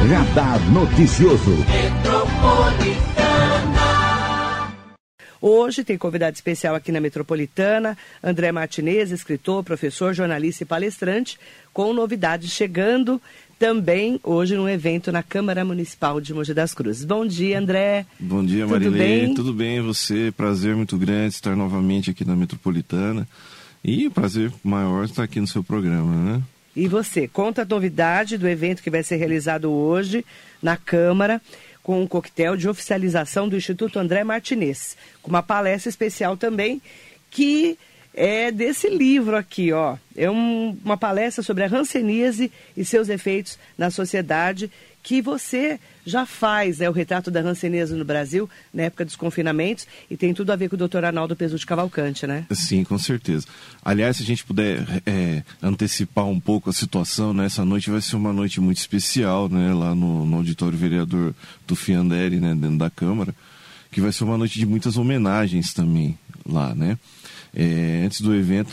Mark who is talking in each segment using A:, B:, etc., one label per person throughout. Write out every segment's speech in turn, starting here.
A: Radar Noticioso.
B: Hoje tem convidado especial aqui na Metropolitana, André Martinez, escritor, professor, jornalista e palestrante, com novidades chegando também hoje num evento na Câmara Municipal de Mogi das Cruzes. Bom dia, André.
C: Bom dia, Marilene. Tudo bem? Você? Prazer muito grande estar novamente aqui na Metropolitana. E o prazer maior estar aqui no seu programa, né?
B: E você? Conta a novidade do evento que vai ser realizado hoje na Câmara, com um coquetel de oficialização do Instituto André Martinez, com uma palestra especial também, que é desse livro aqui, ó. É uma palestra sobre a hanseníase e seus efeitos na sociedade, que você já faz, né, o retrato da hanseníase no Brasil, na época dos confinamentos, e tem tudo a ver com o Dr. Arnaldo Pesutti Cavalcante, né?
C: Sim, com certeza. Aliás, se a gente puder antecipar um pouco a situação, né, essa noite vai ser uma noite muito especial, né, lá no auditório vereador do Fianderi, né, dentro da Câmara, que vai ser uma noite de muitas homenagens também lá, né? Antes do evento,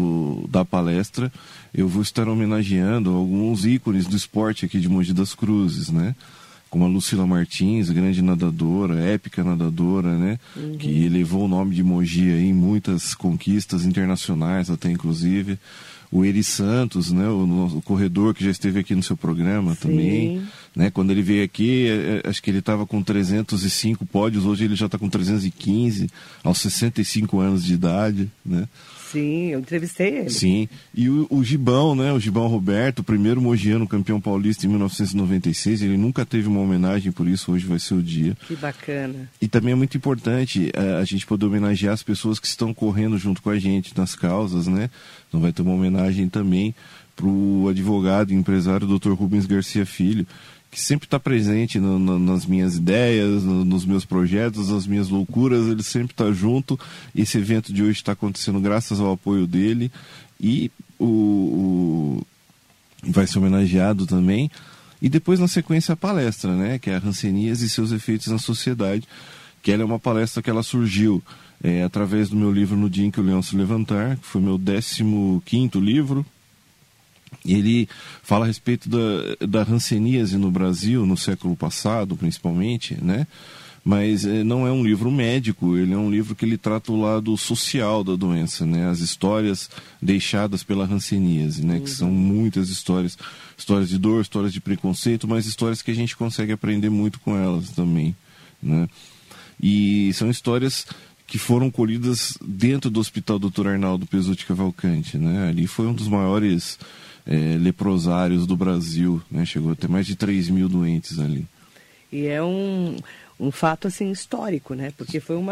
C: da palestra, eu vou estar homenageando alguns ícones do esporte aqui de Mogi das Cruzes, né? Como a Lucila Martins, grande nadadora, épica nadadora, né? Uhum. Que levou o nome de Mogi aí em muitas conquistas internacionais, até inclusive. O Eri Santos, né? O corredor que já esteve aqui no seu programa. Sim. Também. Né? Quando ele veio aqui, acho que ele estava com 305 pódios, hoje ele já está com 315, aos 65 anos de idade, né?
B: Sim, eu entrevistei ele.
C: Sim, e o Gibão, né? O Gibão Roberto, o primeiro mogiano campeão paulista em 1996, ele nunca teve uma homenagem, por isso hoje vai ser o dia.
B: Que bacana.
C: E também é muito importante a gente poder homenagear as pessoas que estão correndo junto com a gente nas causas, né? Então vai ter uma homenagem também para o advogado e empresário Dr. Rubens Garcia Filho, que sempre está presente nas minhas ideias, nos meus projetos, nas minhas loucuras, ele sempre está junto. Esse evento de hoje está acontecendo graças ao apoio dele e vai ser homenageado também. E depois, na sequência, a palestra, né, que é a hanseníase e seus efeitos na sociedade, que ela é uma palestra que ela surgiu através do meu livro No Dia em que o Leão se Levantar, que foi meu 15º livro. Ele fala a respeito da hanseníase no Brasil, no século passado, principalmente, né? Mas não é um livro médico, ele é um livro que ele trata o lado social da doença, né? As histórias deixadas pela hanseníase, né? Uhum. Que são muitas histórias de dor, histórias de preconceito, mas histórias que a gente consegue aprender muito com elas também, né? E são histórias que foram colhidas dentro do Hospital Dr. Arnaldo Pesutti Cavalcante, né? Ali foi um dos maiores leprosários do Brasil, né? Chegou a ter mais de 3.000 doentes ali. E
B: é um fato assim histórico, né? Porque foi um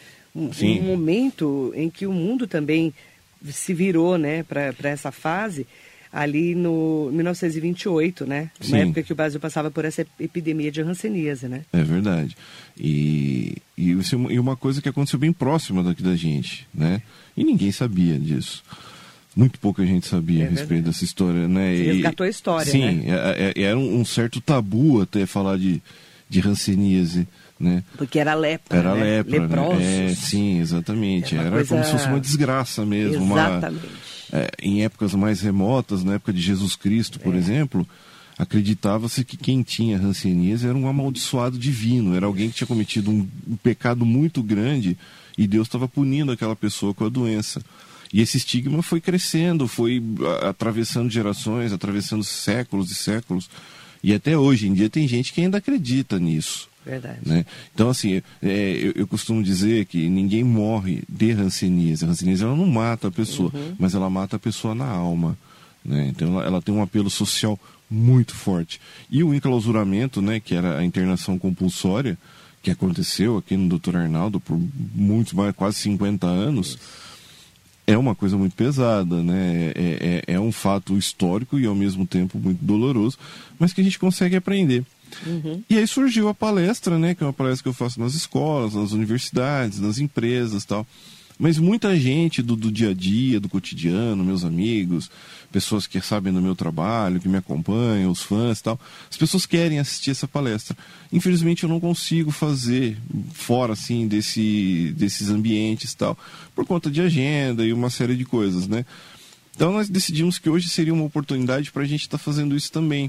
B: momento em que o mundo também se virou, né, para essa fase ali no 1928, né? Uma época que o Brasil passava por essa epidemia de hanseníase, né? É verdade. E uma coisa que aconteceu bem próxima daqui da gente, né? E ninguém sabia disso. Muito pouca gente sabia a respeito dessa história, né? Você resgatou a história,
C: sim,
B: né?
C: Era um certo tabu até falar de hanseníase, né?
B: Porque era lepra,
C: era
B: né?
C: lepra,
B: leprosos.
C: Né? Sim, exatamente. Era
B: coisa...
C: como se fosse uma desgraça mesmo.
B: Exatamente.
C: Em épocas mais remotas, na época de Jesus Cristo, por exemplo, acreditava-se que quem tinha hanseníase era um amaldiçoado divino, era alguém que tinha cometido um pecado muito grande e Deus estava punindo aquela pessoa com a doença. E esse estigma foi crescendo, foi atravessando gerações, atravessando séculos e séculos. E até hoje em dia tem gente que ainda acredita nisso.
B: Verdade.
C: Né? Então, assim, eu costumo dizer que ninguém morre de hanseníase. A hanseníase ela não mata a pessoa, mas ela mata a pessoa na alma. Né? Então, ela tem um apelo social muito forte. E o enclausuramento, né, que era a internação compulsória, que aconteceu aqui no Dr. Arnaldo por quase 50 anos... É uma coisa muito pesada, né? É um fato histórico e ao mesmo tempo muito doloroso, mas que a gente consegue aprender. E aí surgiu a palestra, né? Que é uma palestra que eu faço nas escolas, nas universidades, nas empresas e tal. Mas muita gente do dia a dia, do cotidiano, meus amigos, pessoas que sabem do meu trabalho, que me acompanham, os fãs e tal, as pessoas querem assistir essa palestra. Infelizmente eu não consigo fazer fora assim desses ambientes e tal, por conta de agenda e uma série de coisas, né? Então nós decidimos que hoje seria uma oportunidade para a gente estar fazendo isso também.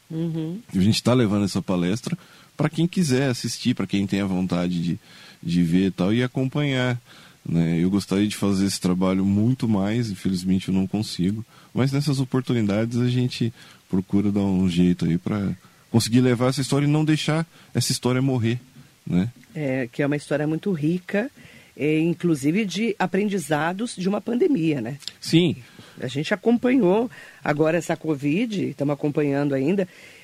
C: A gente está levando essa palestra para quem quiser assistir, para quem tem a vontade de ver e tal, e acompanhar. Né? Eu gostaria de fazer esse trabalho muito mais, infelizmente eu não consigo, mas nessas oportunidades a gente procura dar um jeito aí para conseguir levar essa história e não deixar essa história morrer, né?
B: Que é uma história muito rica, inclusive de aprendizados de uma pandemia, né?
C: Sim.
B: A gente acompanhou agora essa Covid, estamos acompanhando ainda.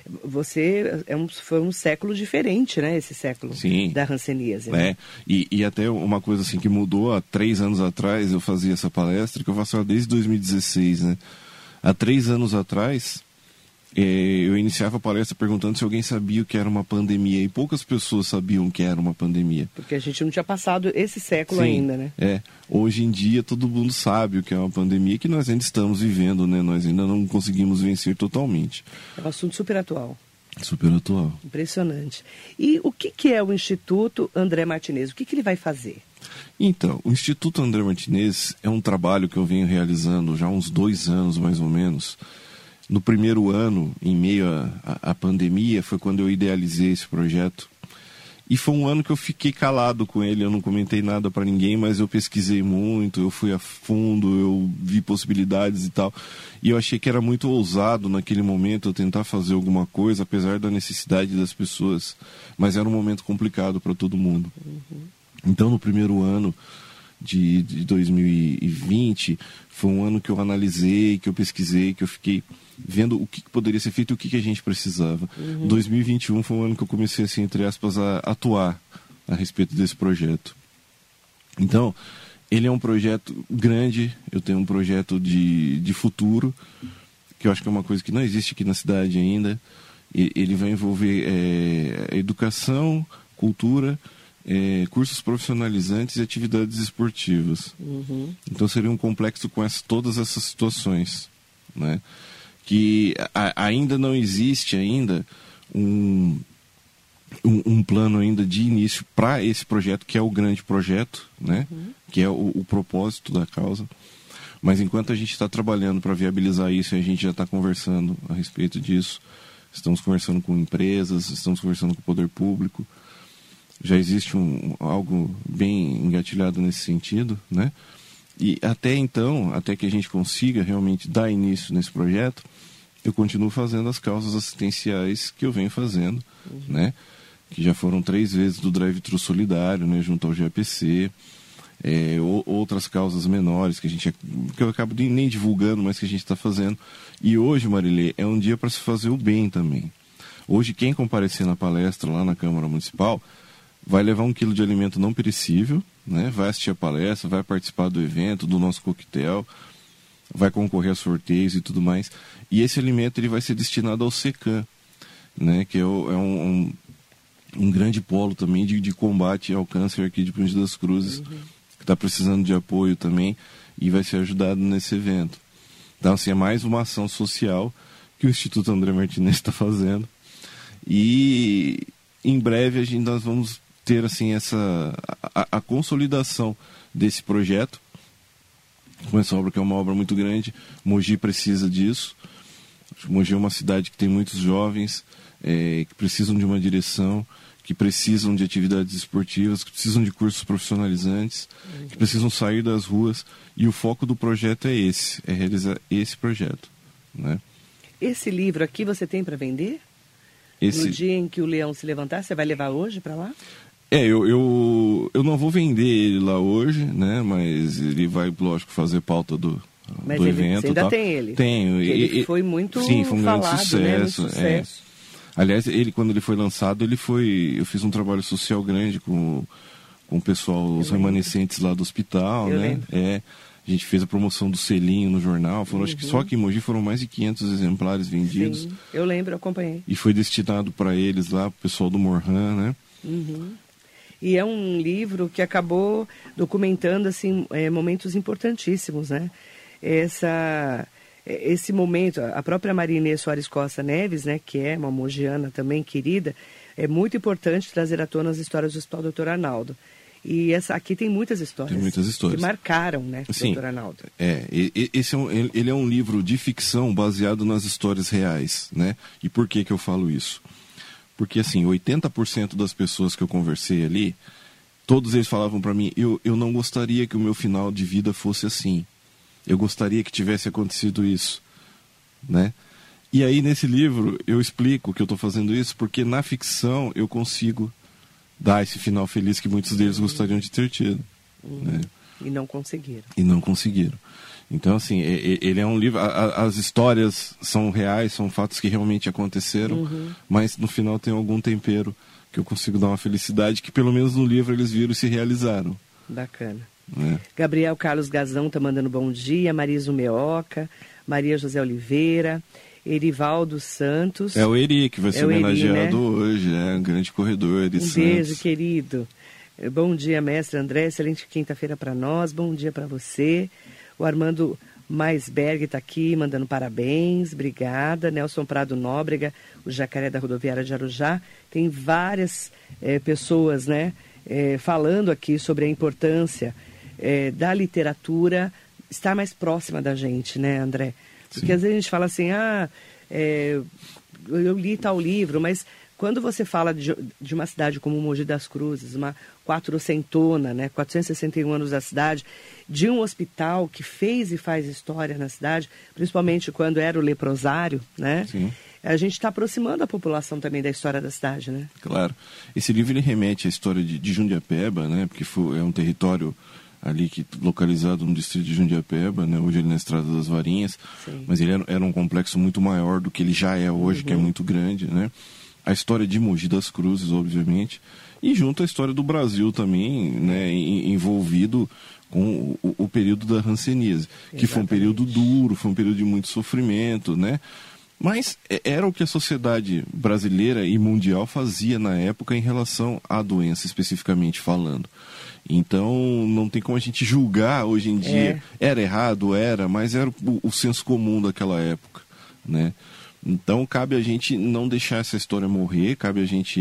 B: Foi um século diferente, né? Esse século.
C: Sim.
B: Da hanseníase. Né?
C: E até uma coisa assim que mudou há 3 anos atrás, eu fazia essa palestra, que eu faço ela desde 2016, né? Há 3 anos atrás, eu iniciava a palestra perguntando se alguém sabia o que era uma pandemia, e poucas pessoas sabiam o que era uma pandemia.
B: Porque a gente não tinha passado esse século ainda, né?
C: Hoje em dia todo mundo sabe o que é uma pandemia, que nós ainda estamos vivendo, né? Nós ainda não conseguimos vencer totalmente.
B: É um assunto super atual.
C: Super atual.
B: Impressionante. E o que é o Instituto André Martinez? O que ele vai fazer?
C: Então, o Instituto André Martinez é um trabalho que eu venho realizando já há uns 2 anos, mais ou menos. No primeiro ano, em meio à pandemia, foi quando eu idealizei esse projeto. E foi um ano que eu fiquei calado com ele, eu não comentei nada para ninguém, mas eu pesquisei muito, eu fui a fundo, eu vi possibilidades e tal. E eu achei que era muito ousado naquele momento eu tentar fazer alguma coisa, apesar da necessidade das pessoas. Mas era um momento complicado para todo mundo. Então, no primeiro ano de 2020, foi um ano que eu analisei, que eu pesquisei, que eu fiquei vendo o que poderia ser feito e o que a gente precisava. 2021 foi um ano que eu comecei, assim, entre aspas, a atuar a respeito desse projeto. Então, ele é um projeto grande, eu tenho um projeto de futuro, que eu acho que é uma coisa que não existe aqui na cidade ainda. Ele vai envolver educação, cultura, cursos profissionalizantes e atividades esportivas. Então seria um complexo com todas essas situações, né? Que ainda não existe um plano ainda de início para esse projeto, que é o grande projeto, né? Que é o propósito da causa. Mas enquanto a gente está trabalhando para viabilizar isso, a gente já está conversando a respeito disso. Estamos conversando com empresas, estamos conversando com o poder público. Já existe algo bem engatilhado nesse sentido, né? E até então, até que a gente consiga realmente dar início nesse projeto, eu continuo fazendo as causas assistenciais que eu venho fazendo, né? Que já foram 3 vezes do drive-thru solidário, né? Junto ao GAPC, outras causas menores que eu acabo nem divulgando, mas que a gente está fazendo. E hoje, Marilê, é um dia para se fazer o bem também. Hoje, quem comparecer na palestra lá na Câmara Municipal vai levar 1 quilo de alimento não perecível, né? Vai assistir a palestra, vai participar do evento, do nosso coquetel, vai concorrer a sorteios e tudo mais. E esse alimento ele vai ser destinado ao SECAM, né? Que é um grande polo também de combate ao câncer aqui de Mogi das Cruzes, que está precisando de apoio também e vai ser ajudado nesse evento. Então, assim, é mais uma ação social que o Instituto André Martinez está fazendo. E em breve nós vamos ter assim a consolidação desse projeto com essa obra, que é uma obra muito grande. Mogi precisa disso. Mogi é uma cidade que tem muitos jovens que precisam de uma direção, que precisam de atividades esportivas, que precisam de cursos profissionalizantes, que precisam sair das ruas, e o foco do projeto é realizar esse projeto, né? Esse
B: livro aqui você tem para vender? No dia em que o leão se levantar, você vai levar hoje para lá?
C: Eu não vou vender ele lá hoje, né? Mas ele vai, lógico, fazer pauta do evento.
B: Você ainda tem ele?
C: Tenho.
B: Ele foi muito falado,
C: sim, foi um grande sucesso.
B: Né? Muito sucesso.
C: Aliás, quando ele foi lançado, eu fiz um trabalho social grande com o pessoal, os remanescentes lá do hospital, né? A gente fez a promoção do selinho no jornal. Acho que só aqui em Mogi foram mais de 500 exemplares vendidos.
B: Sim, eu lembro, eu acompanhei.
C: E foi destinado para eles lá, pro pessoal do Morhan, né?
B: E é um livro que acabou documentando assim, momentos importantíssimos, né? Esse momento, a própria Maria Inês Soares Costa Neves, né, que é uma mogiana também querida, é muito importante trazer à tona as histórias do Hospital Dr. Arnaldo. E aqui tem muitas histórias.
C: Tem muitas histórias.
B: Que marcaram, né,
C: Sim,
B: doutor Arnaldo?
C: Ele é um livro de ficção baseado nas histórias reais, né? E por que eu falo isso? Porque, assim, 80% das pessoas que eu conversei ali, todos eles falavam para mim, eu não gostaria que o meu final de vida fosse assim. Eu gostaria que tivesse acontecido isso, né? E aí, nesse livro, eu explico que eu estou fazendo isso porque na ficção eu consigo dar esse final feliz que muitos deles gostariam de ter tido. Né?
B: E não conseguiram.
C: E não conseguiram. Então, assim, ele é um livro... As histórias são reais, são fatos que realmente aconteceram, mas no final tem algum tempero que eu consigo dar uma felicidade que pelo menos no livro eles viram e se realizaram.
B: Bacana.
C: Né?
B: Gabriel Carlos Gazão está mandando bom dia, Marisa Meoca, Maria José Oliveira, Erivaldo Santos.
C: É o Eri que vai ser homenageado,
B: né?
C: Hoje, um grande corredor, Eri Santos.
B: Beijo, querido. Bom dia, mestre André, excelente quinta-feira para nós, bom dia para você. O Armando Maisberg está aqui, mandando parabéns, obrigada. Nelson Prado Nóbrega, o Jacaré da Rodoviária de Arujá. Tem várias pessoas, né, falando aqui sobre a importância da literatura estar mais próxima da gente, né, André? Porque às vezes a gente fala assim, eu li tal livro, mas quando você fala de uma cidade como Mogi das Cruzes, uma quatrocentona, né, 461 anos da cidade, de um hospital que fez e faz história na cidade, principalmente quando era o leprosário, né?
C: Sim.
B: A gente está aproximando a população também da história da cidade, né?
C: Claro. Esse livro ele remete à história de Jundiapeba, né? Porque é um território ali localizado no distrito de Jundiapeba, né? Hoje ele na Estrada das Varinhas.
B: Sim.
C: Mas ele era um complexo muito maior do que ele já é hoje, que é muito grande, né? A história de Mogi das Cruzes, obviamente, e junto à história do Brasil também, né? Envolvido com o período da hanseníase, que foi um período duro, foi um período de muito sofrimento, né? Mas era o que a sociedade brasileira e mundial fazia na época em relação à doença, especificamente falando. Então, não tem como a gente julgar hoje em dia. Era errado, mas era o senso comum daquela época, né? Então, cabe a gente não deixar essa história morrer, cabe a gente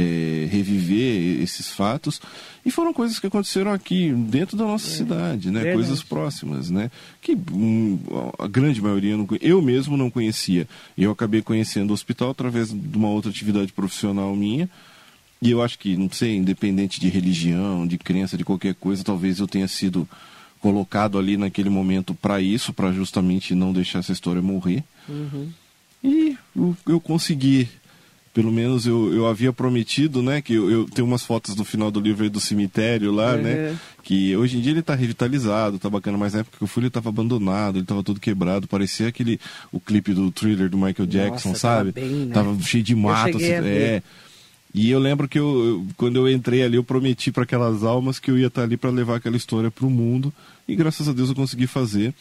C: reviver esses fatos. E foram coisas que aconteceram aqui, dentro da nossa cidade, né?
B: Verdade.
C: Coisas próximas, né? Que a grande maioria, eu mesmo não conhecia. Eu acabei conhecendo o hospital através de uma outra atividade profissional minha. E eu acho que, não sei, independente de religião, de crença, de qualquer coisa, talvez eu tenha sido colocado ali naquele momento para isso, para justamente não deixar essa história morrer. E eu consegui, pelo menos eu havia prometido, né, que eu tenho umas fotos no final do livro aí do cemitério lá, né, que hoje em dia ele tá revitalizado, tá bacana, mas na época que eu fui ele tava abandonado, ele tava todo quebrado, parecia o clipe do Thriller do Michael Jackson, sabe?
B: Tava bem, né?
C: Tava cheio de mato, assim, E eu lembro que quando eu entrei ali, eu prometi para aquelas almas que eu ia estar ali para levar aquela história para o mundo, e graças a Deus eu consegui fazer.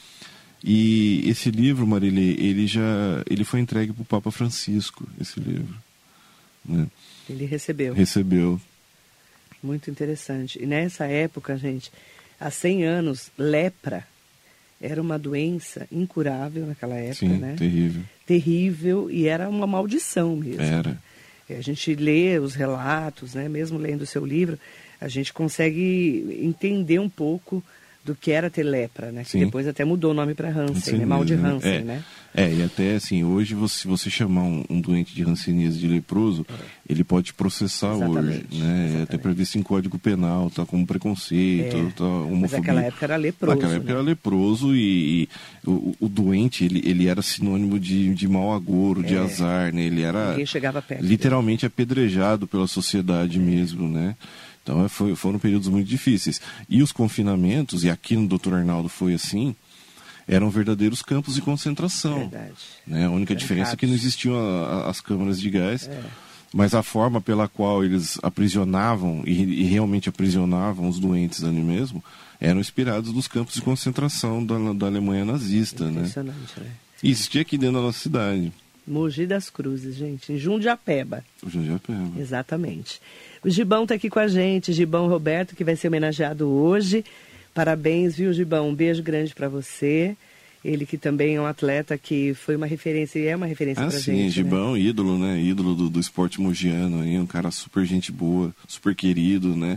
C: E esse livro, Marília, ele foi entregue para o Papa Francisco, esse livro. Né?
B: Ele recebeu.
C: Recebeu.
B: Muito interessante. E nessa época, gente, há 100 anos, lepra era uma doença incurável naquela época,
C: Sim,
B: né?
C: terrível.
B: Terrível, e era uma maldição mesmo.
C: Era.
B: A gente lê os relatos, né? Mesmo lendo o seu livro, a gente consegue entender um pouco do que era ter lepra, né? Que depois até mudou o nome para Hansen, né? Mal de Hansen, né?
C: E até assim, hoje, se você chamar um doente de hanseníase de leproso, ele pode processar hoje, né? Até previsto em Código Penal, tá como preconceito, tá homofobia.
B: Mas naquela época era leproso.
C: Naquela época era leproso e o doente, ele era sinônimo de mau agouro, de azar, né? Ele era
B: ninguém chegava perto
C: literalmente apedrejado pela sociedade mesmo, né? Então foram períodos muito difíceis. E os confinamentos, e aqui no Dr. Arnaldo foi assim, eram verdadeiros campos de concentração.
B: Verdade.
C: Né? A única diferença é que não existiam as câmaras de gás, mas a forma pela qual eles aprisionavam, e realmente aprisionavam os doentes ali mesmo, eram inspirados dos campos de concentração da Alemanha nazista.
B: Impressionante, né?
C: E existia aqui dentro da nossa cidade.
B: Mogi das Cruzes, gente, em Jundiapeba.
C: Jundiapeba.
B: Exatamente. O Gibão está aqui com a gente, Gibão Roberto, que vai ser homenageado hoje. Parabéns, viu, Gibão? Um beijo grande para você. Ele que também é um atleta que foi uma referência e é uma referência pra gente.
C: Sim, Gibão, né? Ídolo, né? Ídolo do esporte mogiano aí, um cara super gente boa, super querido, né?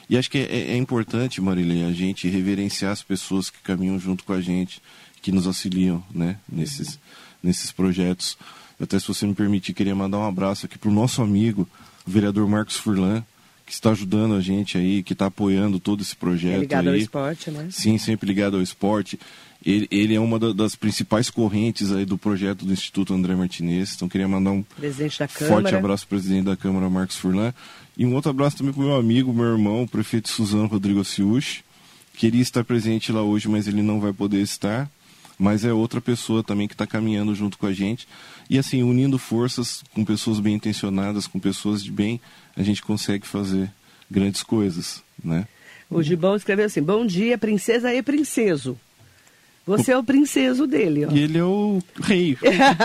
C: E acho que é importante, Marilei, a gente reverenciar as pessoas que caminham junto com a gente, que nos auxiliam, né, nesses projetos. Até, se você me permitir, queria mandar um abraço aqui para o nosso amigo, o vereador Marcos Furlan, que está ajudando a gente aí, que está apoiando todo esse projeto.
B: Ligado
C: aí.
B: ao esporte, né?
C: Sim, sempre ligado ao esporte. Ele é uma das principais correntes aí do projeto do Instituto André Martinez. Então, queria mandar um forte abraço para o presidente da Câmara, Marcos Furlan. E um outro abraço também para o meu amigo, meu irmão, o prefeito Suzano Rodrigo Ciuchi. Queria estar presente lá hoje, mas ele não vai poder estar. Mas é outra pessoa também que está caminhando junto com a gente. E assim, unindo forças com pessoas bem intencionadas, com pessoas de bem, a gente consegue fazer grandes coisas, né?
B: O Gibão escreveu assim: bom dia, princesa e princeso. Você é o princeso dele, ó.
C: E ele é o rei.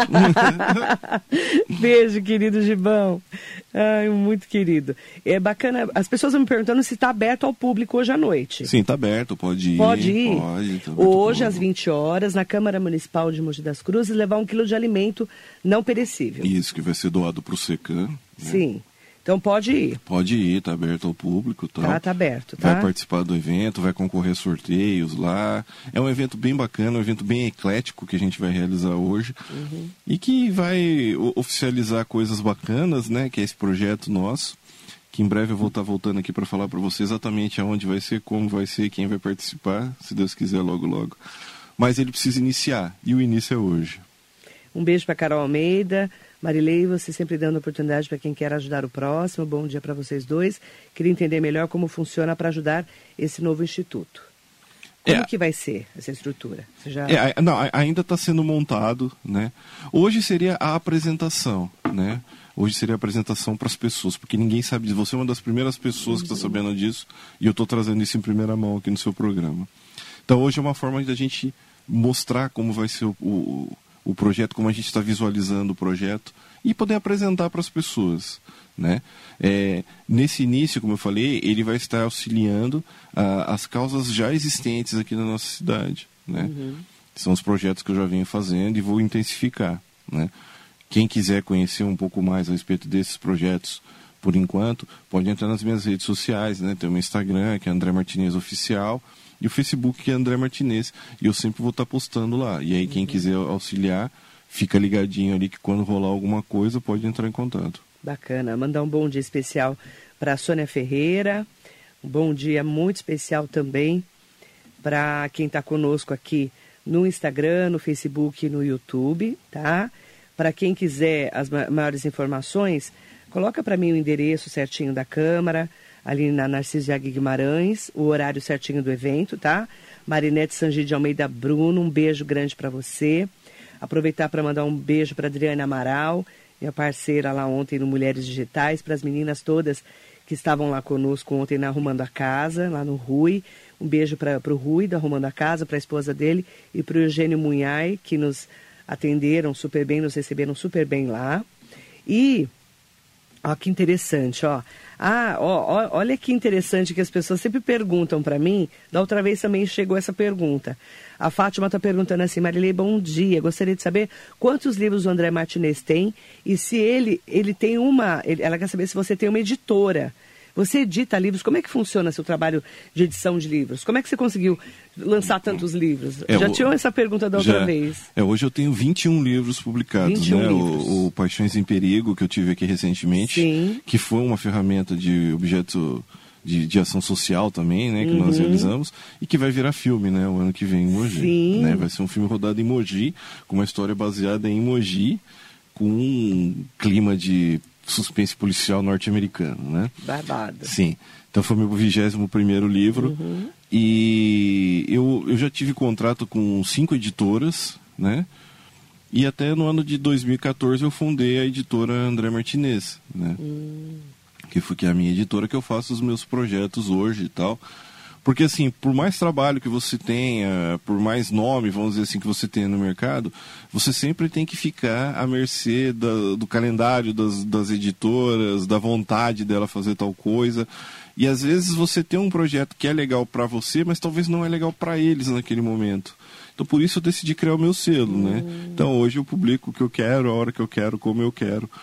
B: Beijo, querido Gibão. Ai, muito querido. É bacana. As pessoas estão me perguntando se está aberto ao público hoje à noite.
C: Sim, está aberto, pode ir.
B: Pode ir.
C: Pode, tá
B: hoje, às 20 horas, na Câmara Municipal de Mogi das Cruzes, levar 1 quilo de alimento não perecível.
C: Isso, que vai ser doado para o SECAM. Né?
B: Sim. Então pode ir.
C: Pode ir, está aberto ao público.
B: Tá aberto, tá?
C: Vai participar do evento, vai concorrer a sorteios lá. É um evento bem bacana, um evento bem eclético que a gente vai realizar hoje. E que vai oficializar coisas bacanas, né? Que é esse projeto nosso. Que em breve eu vou estar voltando aqui para falar para você exatamente aonde vai ser, como vai ser, quem vai participar, se Deus quiser, logo, logo. Mas ele precisa iniciar, e o início é hoje.
B: Um beijo para Carol Almeida. Marilei, você sempre dando oportunidade para quem quer ajudar o próximo. Bom dia para vocês dois. Queria entender melhor como funciona para ajudar esse novo instituto. Como que vai ser essa estrutura? Você já...
C: Não, ainda está sendo montado, né? Hoje seria a apresentação, né? Hoje seria a apresentação para as pessoas, porque ninguém sabe disso. Você é uma das primeiras pessoas que está sabendo disso, e eu estou trazendo isso em primeira mão aqui no seu programa. Então hoje é uma forma de a gente mostrar como vai ser o projeto, como a gente está visualizando o projeto e poder apresentar para as pessoas, né? Nesse início, como eu falei, ele vai estar auxiliando as causas já existentes aqui na nossa cidade, né? São os projetos que eu já venho fazendo e vou intensificar, né? Quem quiser conhecer um pouco mais a respeito desses projetos, por enquanto, pode entrar nas minhas redes sociais, né? Tem o meu Instagram, que é André Martinez Oficial, e o Facebook, que é André Martinez, e eu sempre vou estar postando lá. E aí quem quiser auxiliar, fica ligadinho ali que quando rolar alguma coisa pode entrar em contato.
B: Bacana. Mandar um bom dia especial para a Sônia Ferreira, um bom dia muito especial também para quem está conosco aqui no Instagram, no Facebook e no YouTube, tá? Para quem quiser as maiores informações, coloca para mim o endereço certinho da Câmara, ali na Narciso Viag Guimarães, o horário certinho do evento, tá? Marinete Sangi de Almeida Bruno, um beijo grande para você. Aproveitar para mandar um beijo para Adriana Amaral, minha parceira lá ontem no Mulheres Digitais, para as meninas todas que estavam lá conosco ontem na Arrumando a Casa, lá no Rui. Um beijo para o Rui, da Arrumando a Casa, para a esposa dele, e para o Eugênio Munhai, que nos atenderam super bem, nos receberam super bem lá. E, ó, que interessante, ó. Olha que interessante que as pessoas sempre perguntam para mim. Da outra vez também chegou essa pergunta. A Fátima está perguntando assim: Marilei, bom dia. Gostaria de saber quantos livros o André Martinez tem e se ele tem uma... Ela quer saber se você tem uma editora. Você edita livros? Como é que funciona seu trabalho de edição de livros? Como é que você conseguiu lançar tantos livros? Já tinha essa pergunta da outra vez.
C: Hoje eu tenho 21 livros publicados.
B: 21
C: né?
B: livros.
C: O Paixões em Perigo, que eu tive aqui recentemente,
B: Sim.
C: que foi uma ferramenta de objeto de ação social também, né? Que nós realizamos, e que vai virar filme, né? O ano que vem em Mogi.
B: Sim.
C: Né? Vai ser um filme rodado em Mogi, com uma história baseada em Mogi, com um clima de suspense policial norte-americano, né?
B: Babado.
C: Sim. Então foi meu 21º livro. E eu já tive contrato com 5 editoras, né? E até no ano de 2014 eu fundei a editora André Martinez, né? Que é a minha editora, que eu faço os meus projetos hoje e tal. Porque, assim, por mais trabalho que você tenha, por mais nome, vamos dizer assim, que você tenha no mercado, você sempre tem que ficar à mercê do calendário das editoras, da vontade dela fazer tal coisa. E, às vezes, você tem um projeto que é legal para você, mas talvez não é legal para eles naquele momento. Então, por isso, eu decidi criar o meu selo, né? Então, hoje eu publico o que eu quero, a hora que eu quero, como eu quero.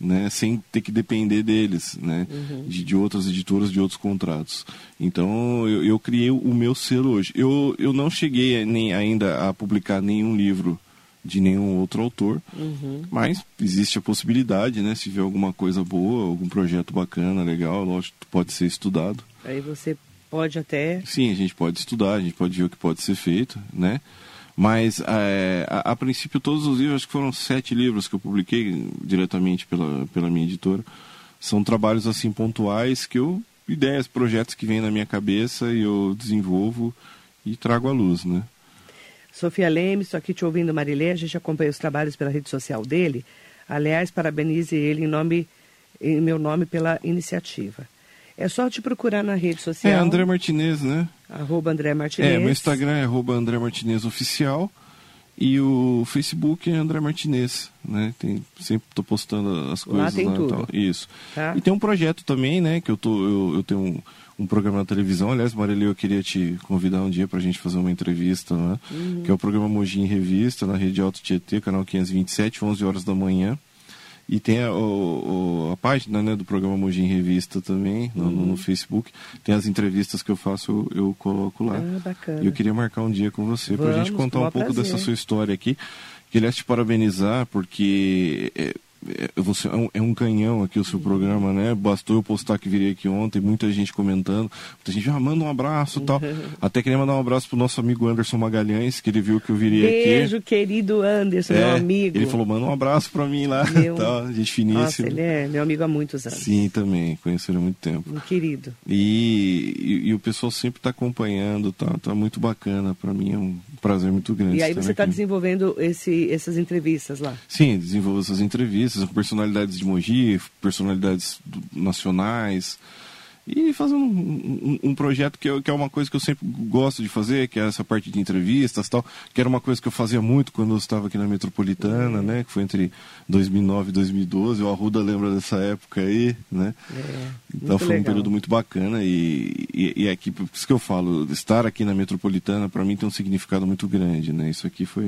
C: né, sem ter que depender deles, né, de outras editoras, de outros contratos. Então eu criei o meu selo hoje. Eu não cheguei ainda a publicar nenhum livro de nenhum outro autor, mas existe a possibilidade, né, se vier alguma coisa boa, algum projeto bacana, legal, lógico, pode ser estudado.
B: Aí você pode até...
C: Sim, a gente pode estudar, a gente pode ver o que pode ser feito, né? Mas, a princípio, todos os livros, acho que foram 7 livros que eu publiquei diretamente pela minha editora, são trabalhos assim pontuais ideias, projetos que vêm na minha cabeça e eu desenvolvo e trago à luz, né?
B: Sofia Lemes, estou aqui te ouvindo, Marilê, a gente acompanha os trabalhos pela rede social dele. Aliás, parabenize ele em meu nome pela iniciativa. É só te procurar na rede social.
C: André Martinez, né?
B: @André Martinez.
C: Meu Instagram é @André Martinez Oficial e o Facebook é André Martinez, né? Sempre estou postando as coisas
B: lá. Tem tudo.
C: Tal. Isso.
B: Tá.
C: E tem um projeto também, né? Que eu tenho um programa na televisão. Aliás, Marilê, eu queria te convidar um dia para a gente fazer uma entrevista, né? Que é o programa Mogi em Revista, na Rede Alto Tietê, canal 527, 11 horas da manhã. E tem a página, né, do programa Mogi em Revista também, no Facebook. Tem as entrevistas que eu faço, eu coloco lá.
B: Bacana.
C: E eu queria marcar um dia com você para a gente contar um pouco dessa sua história aqui. Queria te parabenizar, porque você é um canhão aqui o seu programa, né? Bastou eu postar que virei aqui ontem, muita gente comentando, muita gente, manda um abraço e tal. Até queria mandar um abraço pro nosso amigo Anderson Magalhães, que ele viu que eu virei aqui.
B: Beijo, querido Anderson, meu amigo.
C: Ele falou, manda um abraço pra mim lá, tal, gente finíssima.
B: Nossa, ele é meu amigo há muitos anos.
C: Sim, também, conheço ele há muito tempo.
B: Um querido.
C: E o pessoal sempre tá acompanhando, tá muito bacana, pra mim é um prazer muito grande.
B: E aí você está desenvolvendo essas entrevistas lá? Sim,
C: desenvolvo essas entrevistas com personalidades de Mogi, personalidades nacionais, e fazendo um projeto que é uma coisa que eu sempre gosto de fazer, que é essa parte de entrevistas, tal, que era uma coisa que eu fazia muito quando eu estava aqui na Metropolitana, né, que foi entre 2009 e 2012, o Arruda lembra dessa época aí, né? Então foi um período muito bacana e aqui, por isso que eu falo, estar aqui na Metropolitana para mim tem um significado muito grande, né? Isso aqui foi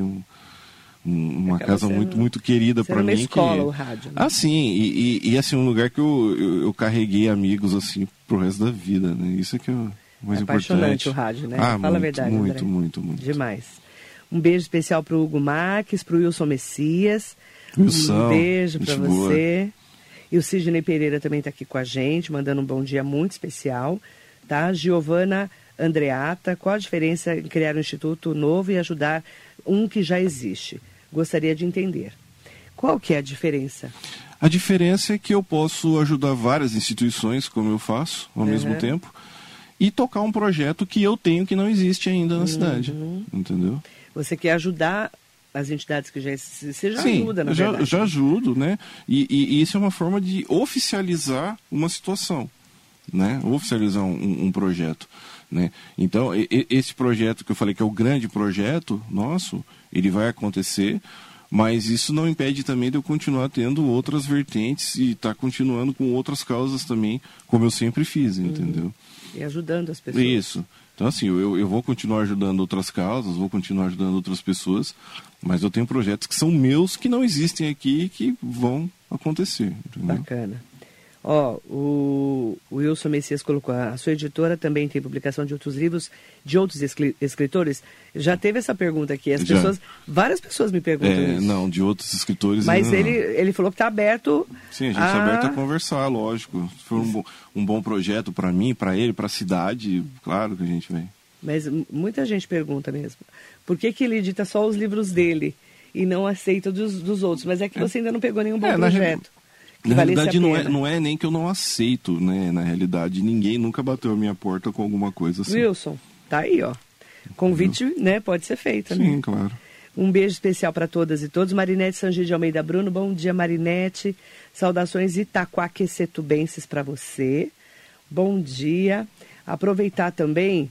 C: uma casa muito querida para mim. Uma
B: escola, o rádio. Né?
C: Sim, e assim, um lugar que eu carreguei amigos assim pro resto da vida, né? Isso é que é o mais importante.
B: Apaixonante o rádio, né? Fala a verdade,
C: muito,
B: André.
C: muito.
B: Demais. Um beijo especial pro Hugo Marques, pro Wilson Messias.
C: Wilson,
B: um beijo para você. E o Sidney Pereira também está aqui com a gente, mandando um bom dia muito especial. Tá? Giovana Andreata, qual a diferença em criar um instituto novo e ajudar um que já existe? Gostaria de entender. Qual que é a diferença?
C: A diferença é que eu posso ajudar várias instituições, como eu faço, ao mesmo tempo, e tocar um projeto que eu tenho que não existe ainda na cidade, entendeu?
B: Você quer ajudar as entidades que já existem? Você já
C: Sim,
B: ajuda, na verdade.
C: Eu já ajudo, né? E isso é uma forma de oficializar uma situação, né? Oficializar um projeto, né? Então, esse projeto que eu falei que é o grande projeto nosso, ele vai acontecer, mas isso não impede também de eu continuar tendo outras vertentes e estar continuando com outras causas também, como eu sempre fiz, entendeu?
B: E ajudando as pessoas.
C: Isso. Então, assim, eu vou continuar ajudando outras causas, vou continuar ajudando outras pessoas, mas eu tenho projetos que são meus, que não existem aqui e que vão acontecer, entendeu?
B: Bacana. Ó, o Wilson Messias colocou, a sua editora também tem publicação de outros livros, de outros escritores? Já teve essa pergunta aqui, várias pessoas me perguntam isso.
C: Não, de outros escritores
B: mas
C: ainda
B: ele falou que está aberto.
C: Sim, a gente está aberto a conversar, lógico. Se for um bom projeto para mim, para ele, para a cidade, claro que a gente vem.
B: Mas muita gente pergunta mesmo, por que ele edita só os livros dele e não aceita dos outros? Mas é que você ainda não pegou nenhum bom projeto.
C: Na realidade, não é nem que eu não aceito, né? Na realidade, ninguém nunca bateu a minha porta com alguma coisa assim.
B: Wilson, tá aí, ó. Convite, né? Pode ser feito, né?
C: Sim, claro.
B: Um beijo especial para todas e todos. Marinete Sangi de Almeida Bruno, bom dia, Marinete. Saudações itaquaquecetubenses para você. Bom dia. Aproveitar também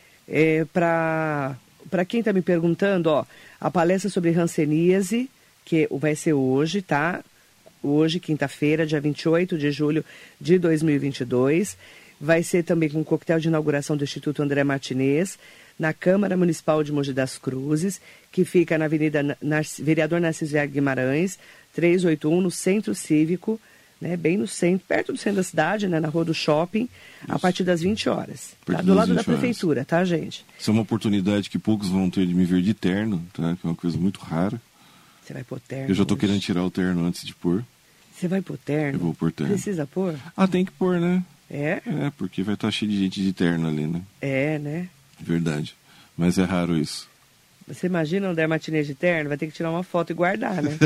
B: para quem está me perguntando, ó, a palestra sobre hanseníase, que vai ser hoje, tá? Hoje, quinta-feira, dia 28 de julho de 2022. Vai ser também com um coquetel de inauguração do Instituto André Martinez, na Câmara Municipal de Mogi das Cruzes, que fica na Avenida Vereador Narciso Guimarães, 381, no Centro Cívico né, bem no centro, perto do centro da cidade, né, na Rua do Shopping, a partir das 20 horas. Tá do lado da prefeitura, tá, gente?
C: Isso é uma oportunidade que poucos vão ter de me ver de terno, tá? Que é uma coisa muito rara.
B: Você vai pôr terno?
C: Eu já tô querendo tirar o terno antes de pôr.
B: Você vai pôr terno?
C: Eu vou pôr terno.
B: Precisa pôr?
C: Ah, tem que pôr, né?
B: É?
C: É, porque vai estar cheio de gente de terno ali, né?
B: É, né?
C: Verdade. Mas é raro isso.
B: Você imagina o André Martinez de terno? Vai ter que tirar uma foto e guardar, né?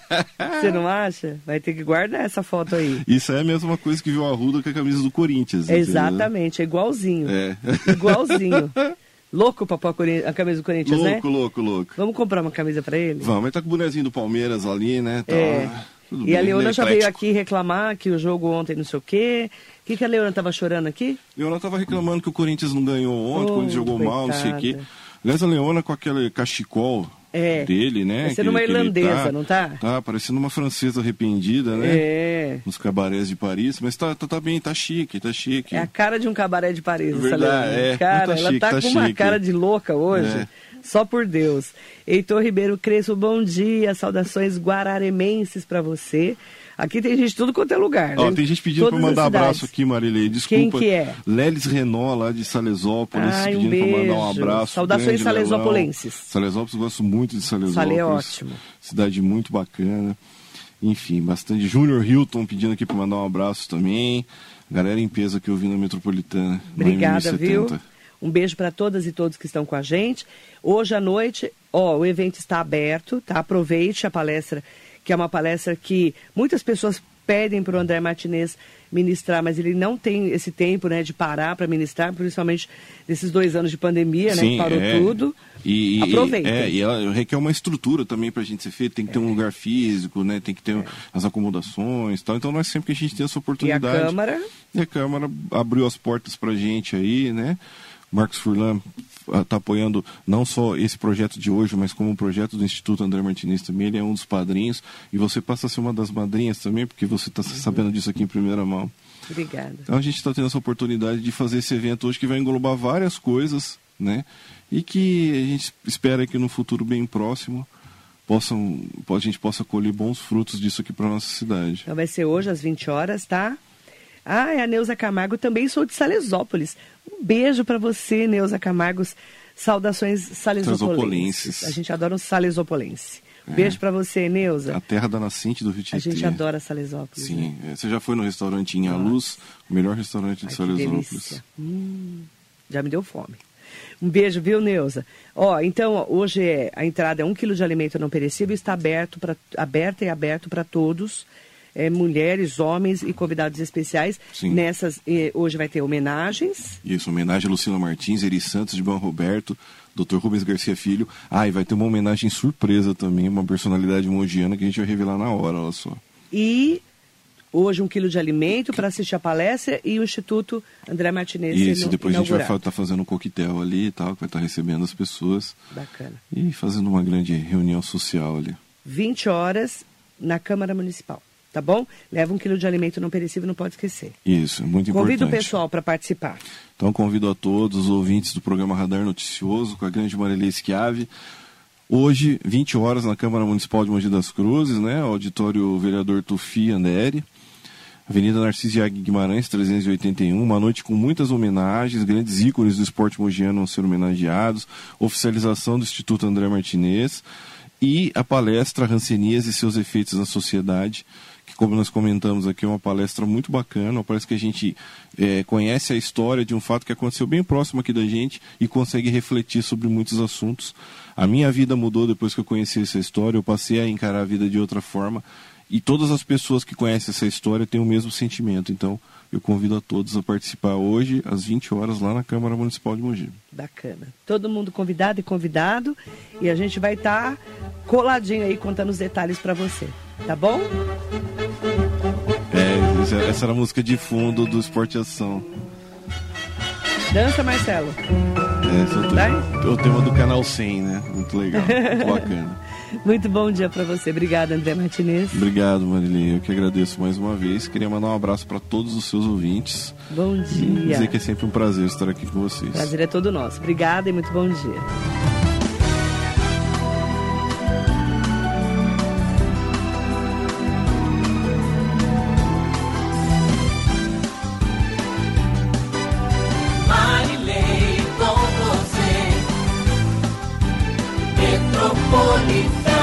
B: Você não acha? Vai ter que guardar essa foto aí.
C: Isso é a mesma coisa que viu a Arruda com a camisa do Corinthians.
B: Exatamente, é igualzinho.
C: É.
B: Igualzinho. Louco pra pôr a camisa do Corinthians, né?
C: Louco.
B: Vamos comprar uma camisa pra ele?
C: Vamos, ele tá com o bonezinho do Palmeiras ali, né? Tá,
B: tudo bem, a Leona já veio aqui reclamar que o jogo ontem não sei o quê. O que a Leona tava chorando aqui?
C: Leona tava reclamando que o Corinthians não ganhou ontem, o Corinthians jogou mal, não sei o quê. Aliás, a Leona com aquele cachecol dele, né?
B: Parecendo uma irlandesa, não tá?
C: Tá, parecendo uma francesa arrependida, né? É. Nos cabarés de Paris, mas tá bem, tá chique.
B: É a cara de um cabaré de Paris, essa
C: Leona.
B: Cara,
C: tá
B: ela
C: chique,
B: tá com
C: chique.
B: uma cara de louca hoje. Só por Deus. Heitor Ribeiro Crespo, bom dia. Saudações guararemenses pra você. Aqui tem gente de tudo quanto é lugar, né?
C: Tem gente pedindo para mandar abraço aqui, Marilei. Desculpa.
B: Quem que é?
C: Lelis Renault, lá de Salesópolis, pedindo para mandar um abraço.
B: Saudações salesópolenses.
C: Salesópolis, gosto muito de Salesópolis.
B: Sale é ótimo.
C: Cidade muito bacana. Enfim, bastante. Júnior Hilton pedindo aqui para mandar um abraço também. Galera em peso que eu vi na Metropolitana.
B: Obrigada, viu? Um beijo para todas e todos que estão com a gente. Hoje à noite, o evento está aberto, tá? Aproveite a palestra, que é uma palestra que muitas pessoas pedem para o André Martinez ministrar, mas ele não tem esse tempo, né, de parar para ministrar, principalmente nesses 2 anos de pandemia, né, que parou tudo. Aproveita.
C: E ela requer uma estrutura também para a gente ser feito, tem que ter um lugar físico, né, tem que ter as acomodações e tal. Então, não é sempre que a gente tem essa oportunidade.
B: E
C: a Câmara abriu as portas para a gente aí, né? Marcos Furlan está apoiando não só esse projeto de hoje, mas como o projeto do Instituto André Martinez também. Ele é um dos padrinhos e você passa a ser uma das madrinhas também, porque você está sabendo disso aqui em primeira mão.
B: Obrigada.
C: Então a gente está tendo essa oportunidade de fazer esse evento hoje que vai englobar várias coisas, né? E que a gente espera que no futuro bem próximo a gente possa colher bons frutos disso aqui para nossa cidade.
B: Então vai ser hoje às 20 horas, tá? É a Neuza Camargo, também sou de Salesópolis. Um beijo para você, Neuza Camargo. Saudações salesópolenses. A gente adora um salesópolense. Beijo para você, Neuza.
C: A terra da nascente do Rio Tietê.
B: A gente adora Salesópolis.
C: Sim. Né? Você já foi no restaurante Inha Luz, o melhor restaurante de Salesópolis.
B: Já me deu fome. Um beijo, viu, Neuza? Então, hoje a entrada é 1 quilo de alimento não perecível, está aberto para todos. Mulheres, homens e convidados especiais.
C: Sim.
B: Hoje vai ter homenagens.
C: Isso, homenagem a Lucila Martins, Eri Santos, de Bom Roberto, Dr. Rubens Garcia Filho. E vai ter uma homenagem surpresa também, uma personalidade mogiana que a gente vai revelar na hora, olha só.
B: E hoje 1 quilo de alimento para assistir a palestra e o Instituto André Martinez.
C: Isso, depois a gente vai estar fazendo um coquetel ali e tal, que vai estar recebendo as pessoas.
B: Bacana.
C: E fazendo uma grande reunião social ali.
B: 20 horas na Câmara Municipal. Tá bom? Leva 1 quilo de alimento não perecível, não pode esquecer.
C: Isso, é muito importante.
B: Convido o pessoal para participar.
C: Então convido a todos os ouvintes do programa Radar Noticioso, com a grande Marilei Schiavi. Hoje, 20 horas, na Câmara Municipal de Mogi das Cruzes, né? Auditório Vereador Tufi Andere, Avenida Narciso Iag Guimarães, 381. Uma noite com muitas homenagens, grandes ícones do esporte mogiano vão ser homenageados, oficialização do Instituto André Martinez e a palestra Hanseníase e seus efeitos na sociedade, que, como nós comentamos aqui, é uma palestra muito bacana, uma palestra que a gente conhece a história de um fato que aconteceu bem próximo aqui da gente e consegue refletir sobre muitos assuntos. A minha vida mudou depois que eu conheci essa história, eu passei a encarar a vida de outra forma e todas as pessoas que conhecem essa história têm o mesmo sentimento. Então, eu convido a todos a participar hoje, às 20 horas, lá na Câmara Municipal de Mogi. Bacana.
B: Todo mundo convidado e a gente vai estar coladinho aí contando os detalhes para você. Tá bom?
C: Essa era a música de fundo do Esporte e Ação.
B: Dança, Marcelo.
C: Esse é o tema do Canal 100, né? Muito legal, muito bacana.
B: Muito bom dia para você. Obrigada, André Martinez.
C: Obrigado, Marilei. Eu que agradeço mais uma vez. Queria mandar um abraço para todos os seus ouvintes.
B: Bom dia.
C: E dizer que é sempre um prazer estar aqui com vocês.
B: Prazer é todo nosso. Obrigada e muito bom dia.
D: Bonifé.